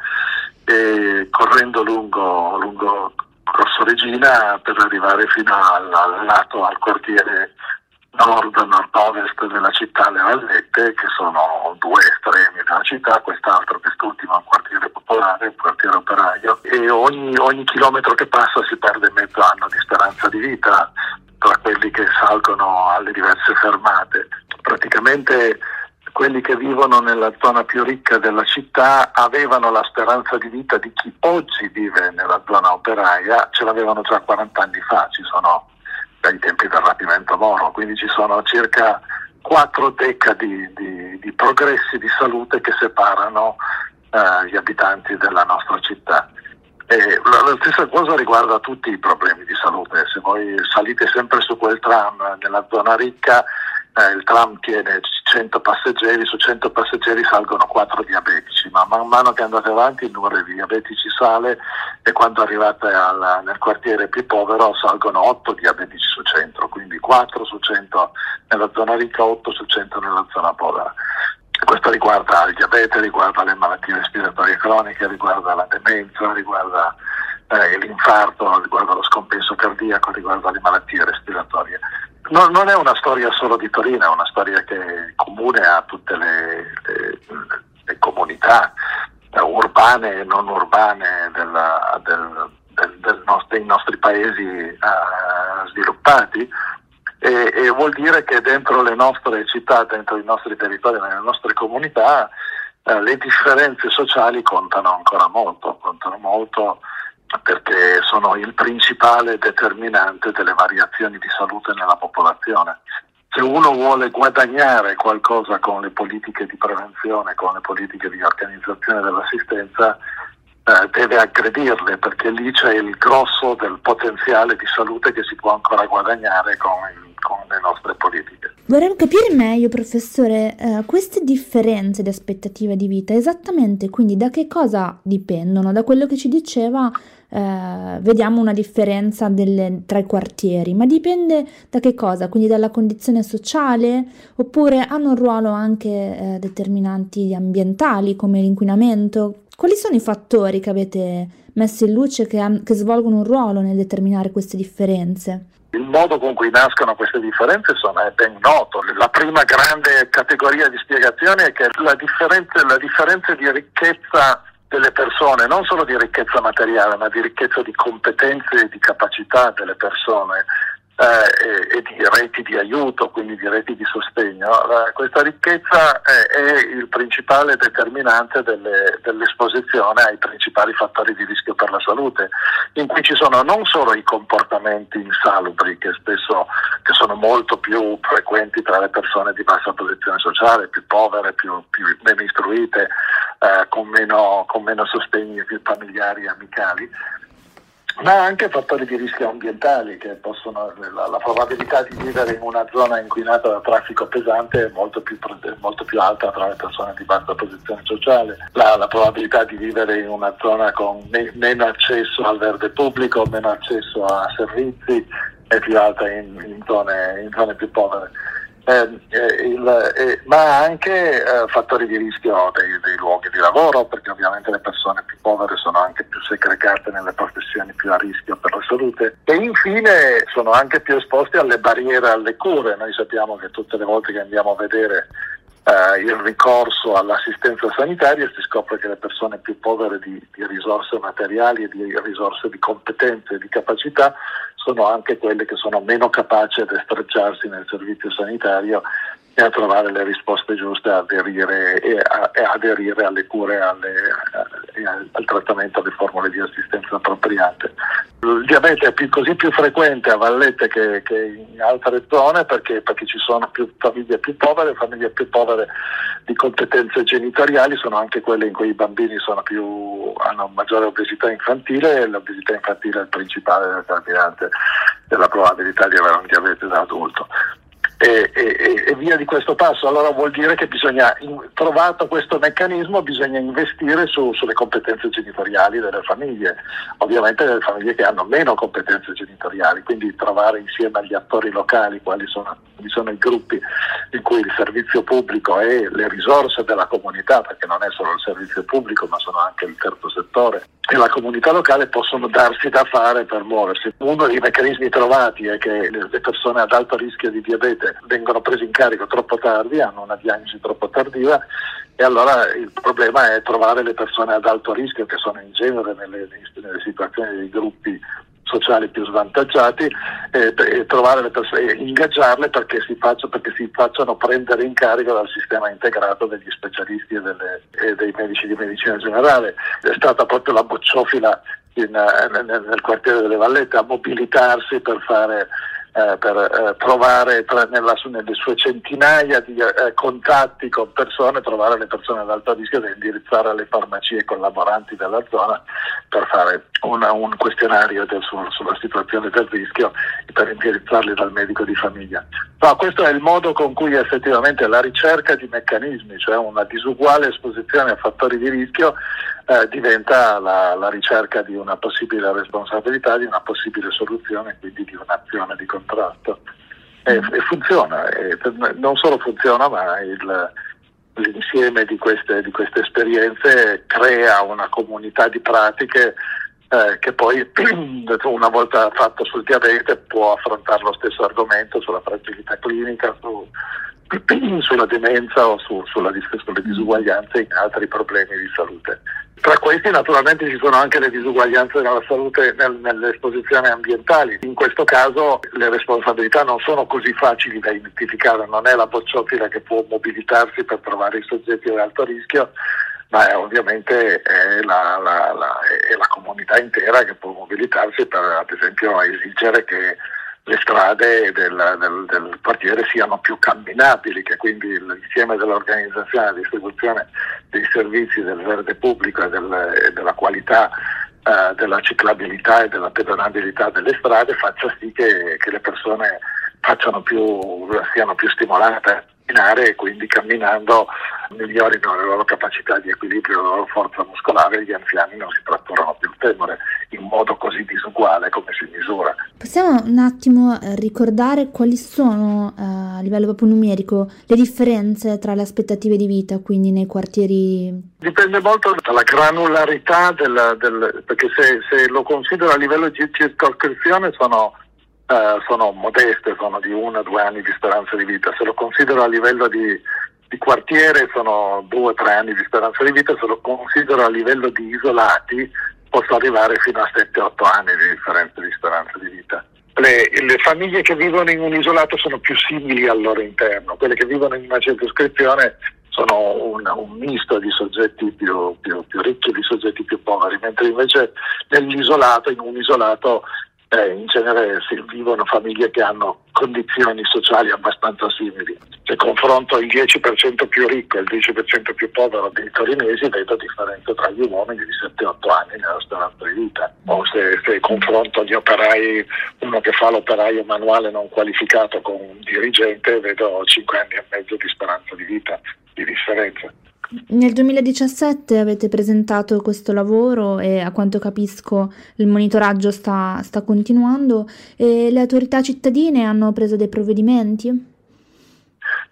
e correndo lungo, lungo Corso Regina per arrivare fino al, al lato, al quartiere nord, nord-ovest della città, le Vallette, che sono due estremi della città, quest'altro, quest'ultimo è un quartiere popolare, un quartiere operaio, e ogni, ogni chilometro che passa si perde mezzo anno di speranza di vita tra quelli che salgono alle diverse fermate. Praticamente quelli che vivono nella zona più ricca della città avevano la speranza di vita di chi oggi vive nella zona operaia, ce l'avevano già quaranta anni fa, ci sono dai tempi del rapimento Moro, quindi ci sono circa quattro decadi di, di progressi di salute che separano eh, gli abitanti della nostra città. E la, la stessa cosa riguarda tutti i problemi di salute. Se voi salite sempre su quel tram nella zona ricca, eh, il tram tiene cento passeggeri, su cento passeggeri salgono quattro diabetici, ma man mano che andate avanti il numero di diabetici sale e quando arrivate al, nel quartiere più povero salgono otto diabetici su cento, quindi quattro su cento nella zona ricca, otto su cento nella zona povera. Questo riguarda il diabete, riguarda le malattie respiratorie croniche, riguarda la demenza, riguarda eh, l'infarto, riguarda lo scompenso cardiaco, riguarda le malattie respiratorie. No, non è una storia solo di Torino, è una storia che è comune a tutte le, le, le comunità eh, urbane e non urbane della, del, del, del nost- dei nostri paesi eh, sviluppati. E, e vuol dire che dentro le nostre città, dentro i nostri territori, nelle nostre comunità, eh, le differenze sociali contano ancora molto, contano molto perché sono il principale determinante delle variazioni di salute nella popolazione. Se uno vuole guadagnare qualcosa con le politiche di prevenzione, con le politiche di organizzazione dell'assistenza, eh, deve aggredirle, perché lì c'è il grosso del potenziale di salute che si può ancora guadagnare con, il, con le nostre politiche. Vorrei capire meglio, professore, eh, queste differenze di aspettativa di vita, esattamente quindi da che cosa dipendono? Da quello che ci diceva, eh, vediamo una differenza delle, tra i quartieri, ma dipende da che cosa? Quindi dalla condizione sociale? Oppure hanno un ruolo anche eh, determinanti ambientali come l'inquinamento? Quali sono i fattori che avete messo in luce che, han, che svolgono un ruolo nel determinare queste differenze? Il modo con cui nascono queste differenze sono, è ben noto. La prima grande categoria di spiegazione è che la differenza, la differenza di ricchezza delle persone, non solo di ricchezza materiale, ma di ricchezza di competenze e di capacità delle persone, eh, e, e di reti di aiuto, quindi di reti di sostegno. Eh, questa ricchezza è, è il principale determinante delle, dell'esposizione ai principali fattori di rischio per la salute, in cui ci sono non solo i comportamenti insalubri, che spesso che sono molto più frequenti tra le persone di bassa posizione sociale, più povere, più, più meno istruite, eh, con meno, con meno sostegni più familiari e amicali, ma anche fattori di rischio ambientali, che possono, la, la probabilità di vivere in una zona inquinata da traffico pesante è molto più, molto più alta tra le persone di bassa posizione sociale, la, la probabilità di vivere in una zona con me, meno accesso al verde pubblico, meno accesso a servizi è più alta in, in, zone, in zone più povere. Eh, eh, il, eh, ma anche eh, fattori di rischio dei, dei luoghi di lavoro, perché ovviamente le persone più povere sono anche più segregate nelle professioni più a rischio per la salute, e infine sono anche più esposti alle barriere alle cure. Noi sappiamo che tutte le volte che andiamo a vedere Uh, il ricorso all'assistenza sanitaria si scopre che le persone più povere di, di risorse materiali e di risorse di competenze e di capacità sono anche quelle che sono meno capaci ad estreggiarsi nel servizio sanitario e a trovare le risposte giuste, a aderire e a, e aderire alle cure, alle, e al trattamento, alle formule di assistenza appropriate. Il diabete è più, così più frequente a Vallette che, che in altre zone perché, perché ci sono più famiglie più povere, famiglie più povere di competenze genitoriali sono anche quelle in cui i bambini sono più, hanno maggiore obesità infantile, e l'obesità infantile è il principale determinante della probabilità di avere un diabete da adulto. E, e, e via di questo passo. Allora vuol dire che bisogna, in, trovato questo meccanismo, bisogna investire su, sulle competenze genitoriali delle famiglie, ovviamente delle famiglie che hanno meno competenze genitoriali, quindi trovare insieme agli attori locali quali sono, quali sono i gruppi in cui il servizio pubblico e le risorse della comunità, perché non è solo il servizio pubblico ma sono anche il terzo settore e la comunità locale, possono darsi da fare per muoversi. Uno dei meccanismi trovati è che le persone ad alto rischio di diabete vengono prese in carico troppo tardi, hanno una diagnosi troppo tardiva, e allora il problema è trovare le persone ad alto rischio, che sono in genere nelle, nelle situazioni dei gruppi sociali più svantaggiati, e, e trovare le persone, e ingaggiarle perché si, faccia, perché si facciano prendere in carico dal sistema integrato degli specialisti e, delle, e dei medici di medicina generale. È stata proprio la bocciofila in, nel, nel quartiere delle Vallette a mobilitarsi per fare Eh, per eh, trovare tra, nella, nelle sue centinaia di eh, contatti con persone, trovare le persone ad alto rischio da indirizzare alle farmacie collaboranti della zona per fare una, un questionario del, su, sulla situazione del rischio e per indirizzarli dal medico di famiglia. No, questo è il modo con cui effettivamente la ricerca di meccanismi, cioè una disuguale esposizione a fattori di rischio, Eh, diventa la, la ricerca di una possibile responsabilità, di una possibile soluzione, quindi di un'azione di contrasto. E, e funziona, e non solo funziona, ma il, l'insieme di queste, di queste esperienze crea una comunità di pratiche eh, che poi, una volta fatto sul diabete, può affrontare lo stesso argomento sulla fragilità clinica, su, sulla demenza o su, sulla, sulle disuguaglianze in altri problemi di salute. Tra questi naturalmente ci sono anche le disuguaglianze nella salute, nel, nelle esposizioni ambientali. In questo caso le responsabilità non sono così facili da identificare, non è la bocciofila che può mobilitarsi per trovare i soggetti ad alto rischio, ma è, ovviamente è la, la, la, è la comunità intera che può mobilitarsi per, ad esempio, esigere che le strade del, del, del quartiere siano più camminabili, che quindi l'insieme dell'organizzazione e la distribuzione dei servizi del verde pubblico e, del, e della qualità eh, della ciclabilità e della pedonabilità delle strade faccia sì che, che le persone facciano più, siano più stimolate a camminare, e quindi camminando migliorino le loro capacità di equilibrio, la loro forza muscolare, e gli anziani non si tratturano più il femore in modo così disuguale come si misura. Possiamo un attimo ricordare quali sono uh, a livello proprio numerico le differenze tra le aspettative di vita, quindi nei quartieri? Dipende molto dalla granularità del, del perché se, se lo considero a livello di circoscrizione sono Uh, sono modeste, sono di uno o due anni di speranza di vita. Se lo considero a livello di, di quartiere sono due o tre anni di speranza di vita. Se lo considero a livello di isolati posso arrivare fino a sette otto anni di differenza di speranza di vita. Le, le famiglie che vivono in un isolato sono più simili al loro interno, quelle che vivono in una circoscrizione sono un, un misto di soggetti più, più, più ricchi e di soggetti più poveri, mentre invece nell'isolato, in un isolato, Eh, in genere si vivono famiglie che hanno condizioni sociali abbastanza simili. Se confronto il dieci per cento più ricco e il dieci per cento più povero dei torinesi, vedo differenze tra gli uomini di sette otto anni nella speranza di vita. O se, se confronto gli operai, uno che fa l'operaio manuale non qualificato con un dirigente, vedo cinque anni e mezzo di speranza di vita di differenza. Nel duemiladiciassette avete presentato questo lavoro e, a quanto capisco, il monitoraggio sta, sta continuando, e le autorità cittadine hanno preso dei provvedimenti?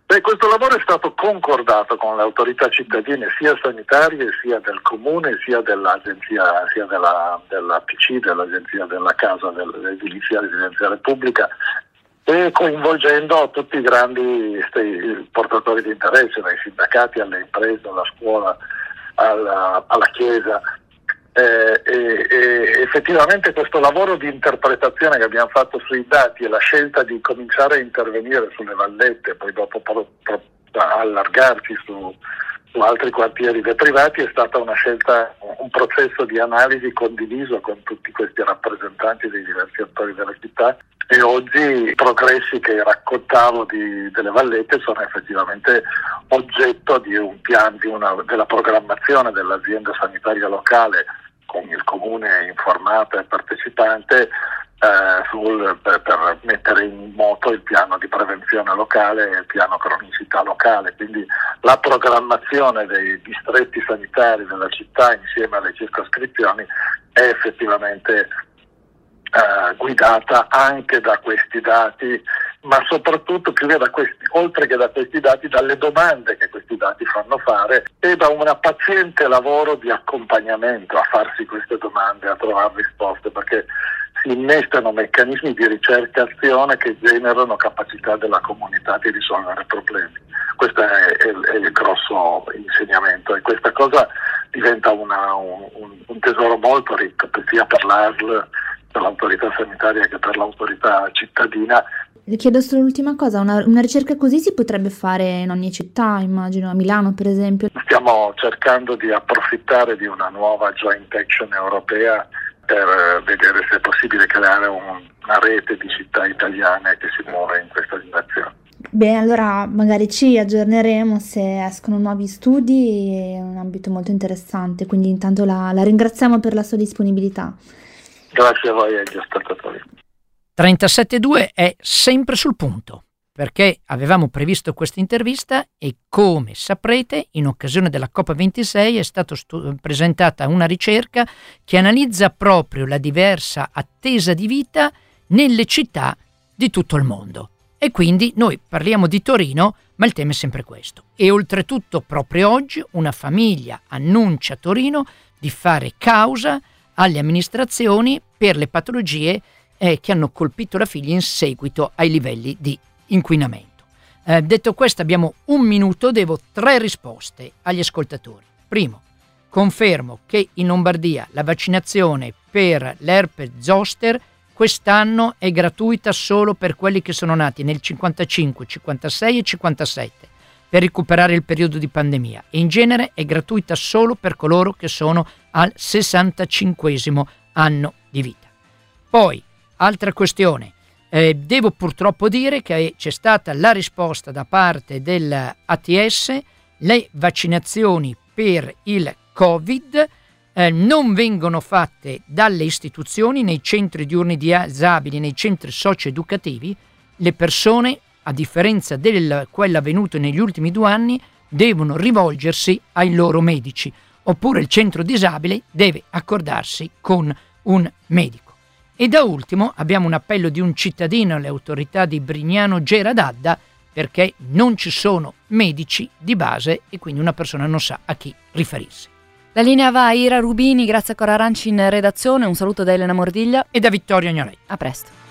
Beh, questo lavoro è stato concordato con le autorità cittadine sia sanitarie sia del comune sia dell'agenzia sia della, della P C, dell'agenzia della casa dell'edilizia residenziale pubblica, e coinvolgendo tutti i grandi i portatori di interesse, dai sindacati alle imprese, alla scuola, alla, alla chiesa. Eh, e, e effettivamente questo lavoro di interpretazione che abbiamo fatto sui dati e la scelta di cominciare a intervenire sulle vallette e poi dopo pro, pro, allargarsi su, su altri quartieri deprivati è stata una scelta, un processo di analisi condiviso con tutti questi rappresentanti dei diversi attori della città, e oggi i progressi che raccontavo di, delle vallette sono effettivamente oggetto di un piano, di una, della programmazione dell'azienda sanitaria locale, con il comune informato e partecipante, eh, sul, per, per mettere in moto il piano di prevenzione locale e il piano cronicità locale. Quindi la programmazione dei distretti sanitari della città insieme alle circoscrizioni è effettivamente eh, guidata anche da questi dati, ma soprattutto più che da questi, oltre che da questi dati, dalle domande che questi dati fanno fare e da un paziente lavoro di accompagnamento a farsi queste domande, a trovare risposte, perché si innestano meccanismi di ricerca-azione che generano capacità della comunità di risolvere problemi. Questo è, è, è il grosso insegnamento, e questa cosa diventa una, un, un tesoro molto ricco, sia per l'A S L, per l'autorità sanitaria che per l'autorità cittadina. Le chiedo solo l'ultima cosa, una, una ricerca così si potrebbe fare in ogni città, immagino, a Milano per esempio? Stiamo cercando di approfittare di una nuova joint action europea per vedere se è possibile creare un, una rete di città italiane che si muove in questa direzione. Bene, allora magari ci aggiorneremo se escono nuovi studi, è un ambito molto interessante, quindi intanto la, la ringraziamo per la sua disponibilità. Grazie a voi e agli ascoltatori. trentasette due è sempre sul punto, perché avevamo previsto questa intervista e, come saprete, in occasione della COP ventisei è stata stu- presentata una ricerca che analizza proprio la diversa attesa di vita nelle città di tutto il mondo. E quindi noi parliamo di Torino, ma il tema è sempre questo. E oltretutto proprio oggi una famiglia annuncia a Torino di fare causa alle amministrazioni per le patologie eh, che hanno colpito la figlia in seguito ai livelli di inquinamento. Eh, detto questo, abbiamo un minuto, devo tre risposte agli ascoltatori. Primo, confermo che in Lombardia la vaccinazione per l'herpes zoster quest'anno è gratuita solo per quelli che sono nati nel cinquantacinque, cinquantasei e cinquantasette per recuperare il periodo di pandemia, e in genere è gratuita solo per coloro che sono al sessantacinquesimo anno di vita. Poi, altra questione, eh, devo purtroppo dire che c'è stata la risposta da parte dell'A T S: le vaccinazioni per il Covid eh, non vengono fatte dalle istituzioni nei centri diurni disabili, nei centri socio-educativi. Le persone, a differenza di quello avvenuto negli ultimi due anni, devono rivolgersi ai loro medici, oppure il centro disabile deve accordarsi con un medico. E da ultimo abbiamo un appello di un cittadino alle autorità di Brignano Gera d'Adda, perché non ci sono medici di base e quindi una persona non sa a chi riferirsi. La linea va a Ira Rubini, grazie a Cora Aranci in redazione, un saluto da Elena Mordiglia e da Vittorio Agnoletti. A presto.